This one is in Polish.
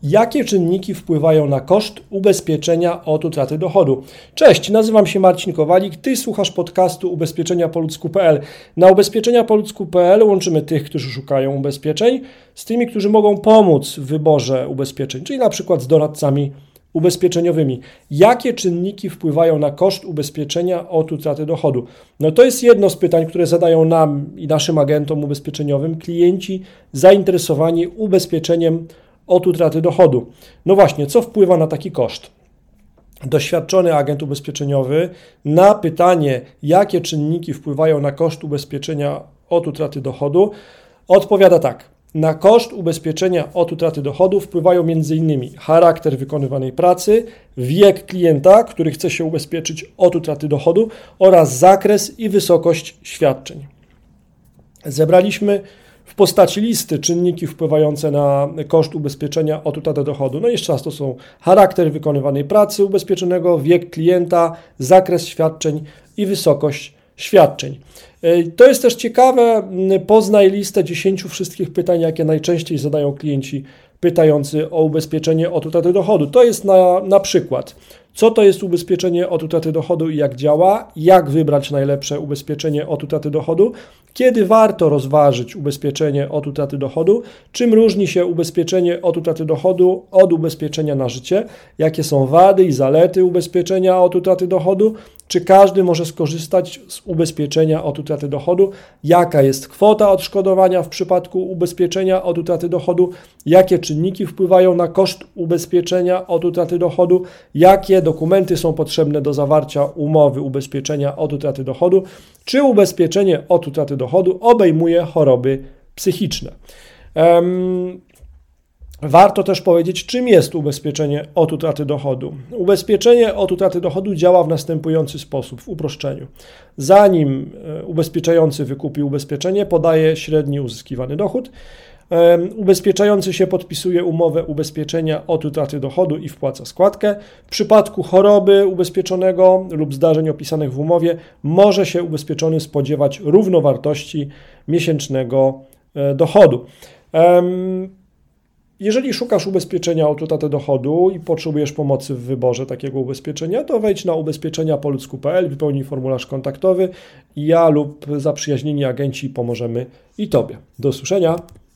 Jakie czynniki wpływają na koszt ubezpieczenia od utraty dochodu? Cześć, nazywam się Marcin Kowalik, Ty słuchasz podcastu ubezpieczeniapoludzku.pl. Na ubezpieczeniapoludzku.pl łączymy tych, którzy szukają ubezpieczeń, z tymi, którzy mogą pomóc w wyborze ubezpieczeń, czyli na przykład z doradcami ubezpieczeniowymi. Jakie czynniki wpływają na koszt ubezpieczenia od utraty dochodu? No to jest jedno z pytań, które zadają nam i naszym agentom ubezpieczeniowym klienci zainteresowani ubezpieczeniem od utraty dochodu. No właśnie, co wpływa na taki koszt? Doświadczony agent ubezpieczeniowy na pytanie, jakie czynniki wpływają na koszt ubezpieczenia od utraty dochodu, odpowiada tak. Na koszt ubezpieczenia od utraty dochodu wpływają m.in. charakter wykonywanej pracy, wiek klienta, który chce się ubezpieczyć od utraty dochodu oraz zakres i wysokość świadczeń. Zebraliśmy w postaci listy czynniki wpływające na koszt ubezpieczenia od utraty dochodu. No jeszcze raz, to są charakter wykonywanej pracy ubezpieczonego, wiek klienta, zakres świadczeń i wysokość świadczeń. To jest też ciekawe, poznaj listę 10 wszystkich pytań, jakie najczęściej zadają klienci pytający o ubezpieczenie od utraty dochodu. To jest na przykład, co to jest ubezpieczenie od utraty dochodu i jak działa, jak wybrać najlepsze ubezpieczenie od utraty dochodu, kiedy warto rozważyć ubezpieczenie od utraty dochodu, czym różni się ubezpieczenie od utraty dochodu od ubezpieczenia na życie, jakie są wady i zalety ubezpieczenia od utraty dochodu, czy każdy może skorzystać z ubezpieczenia od utraty dochodu, jaka jest kwota odszkodowania w przypadku ubezpieczenia od utraty dochodu, jakie czynniki wpływają na koszt ubezpieczenia od utraty dochodu, jakie dokumenty są potrzebne do zawarcia umowy ubezpieczenia od utraty dochodu, czy ubezpieczenie od utraty dochodu obejmuje choroby psychiczne. Warto też powiedzieć, czym jest ubezpieczenie od utraty dochodu. Ubezpieczenie od utraty dochodu działa w następujący sposób, w uproszczeniu. Zanim ubezpieczający wykupi ubezpieczenie, podaje średni uzyskiwany dochód. Ubezpieczający się podpisuje umowę ubezpieczenia od utraty dochodu i wpłaca składkę. W przypadku choroby ubezpieczonego lub zdarzeń opisanych w umowie może się ubezpieczony spodziewać równowartości miesięcznego dochodu. Jeżeli szukasz ubezpieczenia od utraty dochodu i potrzebujesz pomocy w wyborze takiego ubezpieczenia, to wejdź na ubezpieczeniapoludzku.pl, wypełnij formularz kontaktowy i ja lub zaprzyjaźnieni agenci pomożemy i Tobie. Do usłyszenia.